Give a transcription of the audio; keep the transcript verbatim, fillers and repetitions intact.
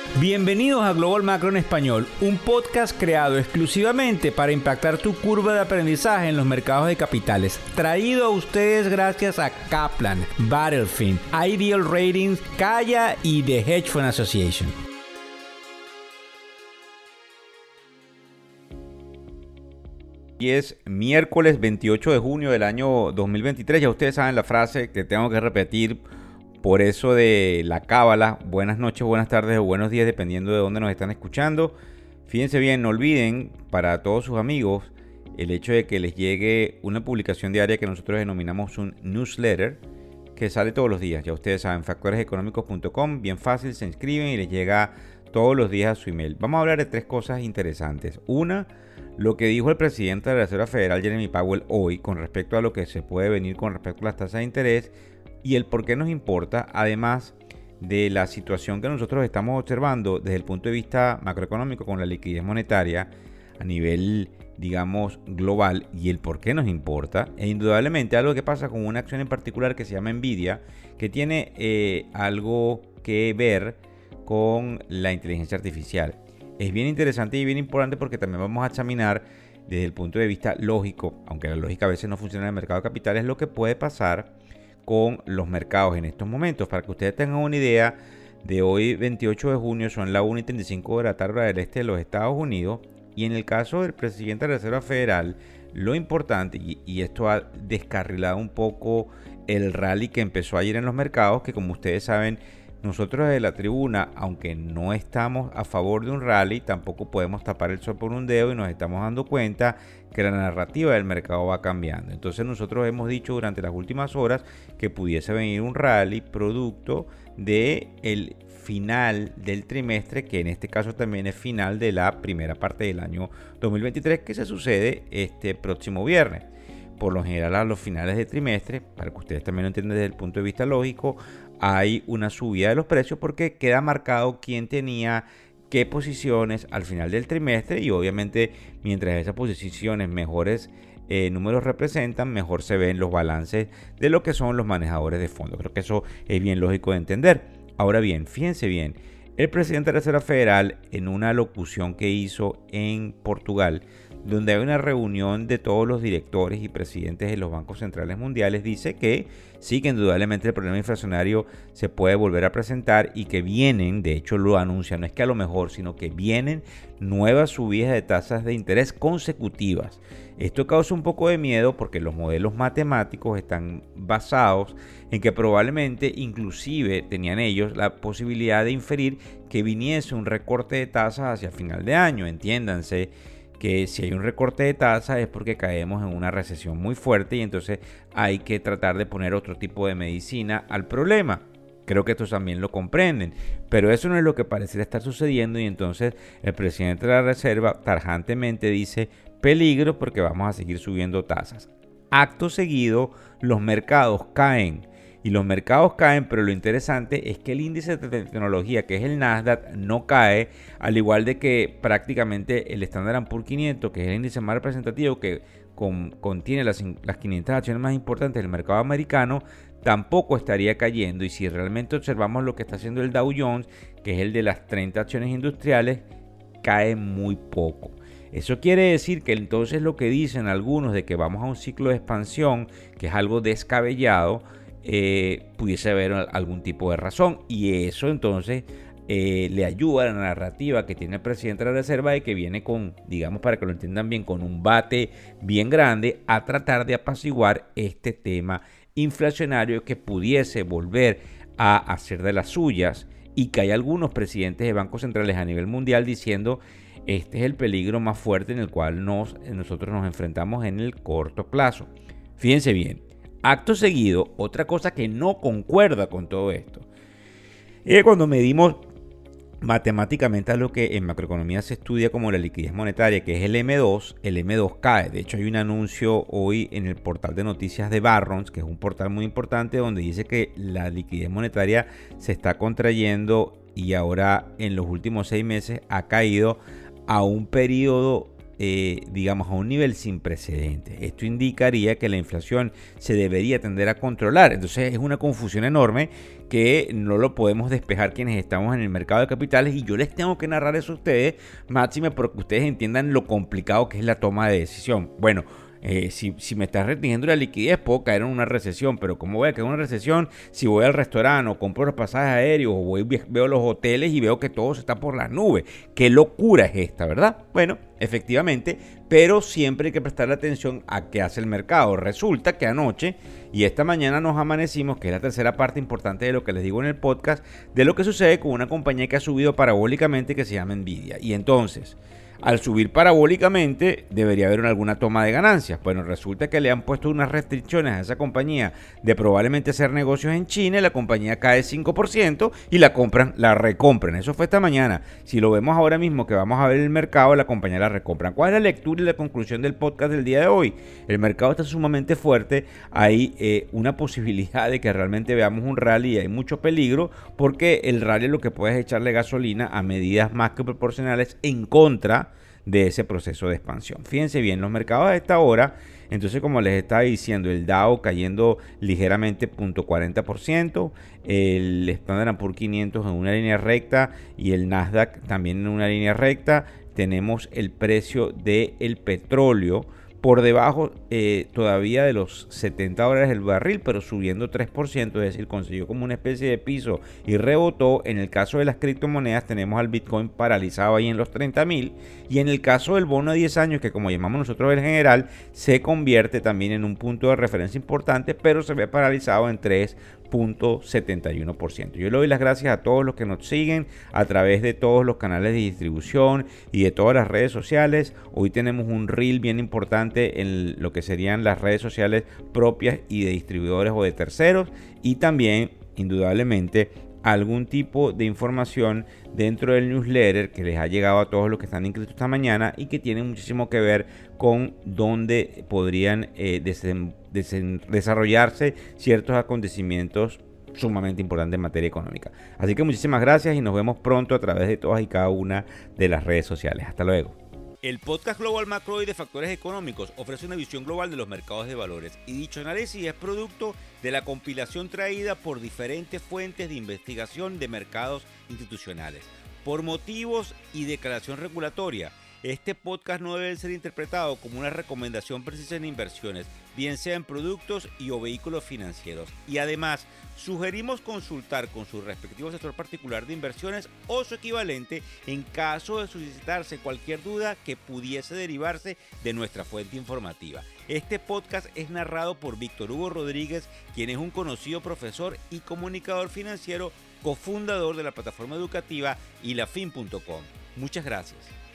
Bienvenidos a Global Macro en Español, un podcast creado exclusivamente para impactar tu curva de aprendizaje en los mercados de capitales. Traído a ustedes gracias a Kaplan, Battlefield, Ideal Ratings, Kaya y The Hedge Fund Association. Y es miércoles veintiocho de junio del año dos mil veintitrés. Ya ustedes saben la frase que tengo que repetir por eso de la cábala. Buenas noches, buenas tardes o buenos días, dependiendo de dónde nos están escuchando. Fíjense bien, no olviden para todos sus amigos el hecho de que les llegue una publicación diaria que nosotros denominamos un newsletter, que sale todos los días. Ya ustedes saben, factores económicos punto com, bien fácil, se inscriben y les llega todos los días a su email. Vamos a hablar de tres cosas interesantes. Una, lo que dijo el presidente de la Reserva Federal, Jeremy Powell, hoy con respecto a lo que se puede venir con respecto a las tasas de interés y el por qué nos importa, además de la situación que nosotros estamos observando desde el punto de vista macroeconómico con la liquidez monetaria a nivel, digamos, global, y el por qué nos importa, e indudablemente algo que pasa con una acción en particular que se llama Nvidia, que tiene eh, algo que ver con la inteligencia artificial. Es bien interesante y bien importante porque también vamos a examinar desde el punto de vista lógico, aunque la lógica a veces no funciona en el mercado de capitales, lo que puede pasar con los mercados en estos momentos. Para que ustedes tengan una idea, de hoy veintiocho de junio son las una y treinta y cinco de la tarde del este de los Estados Unidos, y en el caso del presidente de la Reserva Federal, lo importante, y, y esto ha descarrilado un poco el rally que empezó ayer en los mercados, que como ustedes saben, nosotros desde la tribuna, aunque no estamos a favor de un rally, tampoco podemos tapar el sol por un dedo y nos estamos dando cuenta que la narrativa del mercado va cambiando. Entonces nosotros hemos dicho durante las últimas horas que pudiese venir un rally producto del final del trimestre, que en este caso también es final de la primera parte del año dos mil veintitrés, que se sucede este próximo viernes. Por lo general, a los finales de trimestre, para que ustedes también lo entiendan desde el punto de vista lógico, hay una subida de los precios porque queda marcado quién tenía qué posiciones al final del trimestre, y obviamente mientras esas posiciones mejores eh, números representan, mejor se ven los balances de lo que son los manejadores de fondos. Creo que eso es bien lógico de entender. Ahora bien, fíjense bien, el presidente de la Reserva Federal, en una locución que hizo en Portugal, donde hay una reunión de todos los directores y presidentes de los bancos centrales mundiales, dice que sí, que indudablemente el problema inflacionario se puede volver a presentar y que vienen, de hecho lo anuncia, no es que a lo mejor, sino que vienen nuevas subidas de tasas de interés consecutivas. Esto causa un poco de miedo porque los modelos matemáticos están basados en que probablemente, inclusive tenían ellos la posibilidad de inferir que viniese un recorte de tasas hacia final de año. Entiéndanse que si hay un recorte de tasas es porque caemos en una recesión muy fuerte y entonces hay que tratar de poner otro tipo de medicina al problema. Creo que estos también lo comprenden, pero eso no es lo que pareciera estar sucediendo, y entonces el presidente de la Reserva tajantemente dice peligro porque vamos a seguir subiendo tasas. Acto seguido, los mercados caen. Y los mercados caen, pero lo interesante es que el índice de tecnología, que es el Nasdaq, no cae, al igual de que prácticamente el Standard and Poor's quinientos, que es el índice más representativo que con, contiene las, las quinientas acciones más importantes del mercado americano, tampoco estaría cayendo. Y si realmente observamos lo que está haciendo el Dow Jones, que es el de las treinta acciones industriales, cae muy poco. Eso quiere decir que entonces lo que dicen algunos de que vamos a un ciclo de expansión, que es algo descabellado, Eh, pudiese haber algún tipo de razón, y eso entonces eh, le ayuda a la narrativa que tiene el presidente de la Reserva y que viene con, digamos, para que lo entiendan bien, con un bate bien grande a tratar de apaciguar este tema inflacionario que pudiese volver a hacer de las suyas, y que hay algunos presidentes de bancos centrales a nivel mundial diciendo este es el peligro más fuerte en el cual nos, nosotros nos enfrentamos en el corto plazo. Fíjense bien. Acto seguido, otra cosa que no concuerda con todo esto es que cuando medimos matemáticamente a lo que en macroeconomía se estudia como la liquidez monetaria, que es el eme dos, el eme dos cae. De hecho, hay un anuncio hoy en el portal de noticias de Barron's, que es un portal muy importante, donde dice que la liquidez monetaria se está contrayendo y ahora en los últimos seis meses ha caído a un periodo eh, digamos, a un nivel sin precedentes. Esto indicaría que la inflación se debería tender a controlar. Entonces es una confusión enorme que no lo podemos despejar quienes estamos en el mercado de capitales, y yo les tengo que narrar eso a ustedes, máxime, porque ustedes entiendan lo complicado que es la toma de decisión. Bueno, Eh, si, si me estás restringiendo la liquidez, puedo caer en una recesión, pero ¿cómo voy a caer en una recesión si voy al restaurante o compro los pasajes aéreos o voy, veo los hoteles y veo que todo está por las nubes? ¿Qué locura es esta, verdad? Bueno, efectivamente, pero siempre hay que prestarle atención a qué hace el mercado. Resulta que anoche y esta mañana nos amanecimos, que es la tercera parte importante de lo que les digo en el podcast, de lo que sucede con una compañía que ha subido parabólicamente, que se llama Nvidia. Y entonces, al subir parabólicamente, debería haber alguna toma de ganancias. Bueno, resulta que le han puesto unas restricciones a esa compañía de probablemente hacer negocios en China, y la compañía cae cinco por ciento y la compran, la recompran. Eso fue esta mañana. Si lo vemos ahora mismo que vamos a ver el mercado, la compañía la recompran. ¿Cuál es la lectura y la conclusión del podcast del día de hoy? El mercado está sumamente fuerte. Hay eh, una posibilidad de que realmente veamos un rally, y hay mucho peligro, porque el rally lo que puede es echarle gasolina a medidas más que proporcionales en contra de ese proceso de expansión. Fíjense bien, los mercados a esta hora, entonces, como les estaba diciendo, el Dow cayendo ligeramente cero punto cuarenta por ciento, el Standard and Poor's quinientos en una línea recta y el Nasdaq también en una línea recta. Tenemos el precio del petróleo por debajo eh, todavía de los setenta dólares el barril, pero subiendo tres por ciento, es decir, consiguió como una especie de piso y rebotó. En el caso de las criptomonedas tenemos al Bitcoin paralizado ahí en los treinta mil, y en el caso del bono a diez años, que como llamamos nosotros en general, se convierte también en un punto de referencia importante, pero se ve paralizado en tres punto setenta y uno por ciento. Yo le doy las gracias a todos los que nos siguen a través de todos los canales de distribución y de todas las redes sociales. Hoy tenemos un reel bien importante en lo que serían las redes sociales propias y de distribuidores o de terceros, y también indudablemente algún tipo de información dentro del newsletter que les ha llegado a todos los que están inscritos esta mañana y que tiene muchísimo que ver con dónde podrían eh, desen, desen, desarrollarse ciertos acontecimientos sumamente importantes en materia económica. Así que muchísimas gracias y nos vemos pronto a través de todas y cada una de las redes sociales. Hasta luego. El podcast Global Macro y de Factores Económicos ofrece una visión global de los mercados de valores, y dicho análisis es producto de la compilación traída por diferentes fuentes de investigación de mercados institucionales. Por motivos y declaración regulatoria, este podcast no debe ser interpretado como una recomendación precisa en inversiones, bien sea en productos y o vehículos financieros. Y además, sugerimos consultar con su respectivo sector particular de inversiones o su equivalente en caso de suscitarse cualquier duda que pudiese derivarse de nuestra fuente informativa. Este podcast es narrado por Víctor Hugo Rodríguez, quien es un conocido profesor y comunicador financiero, cofundador de la plataforma educativa ilafin punto com. Muchas gracias.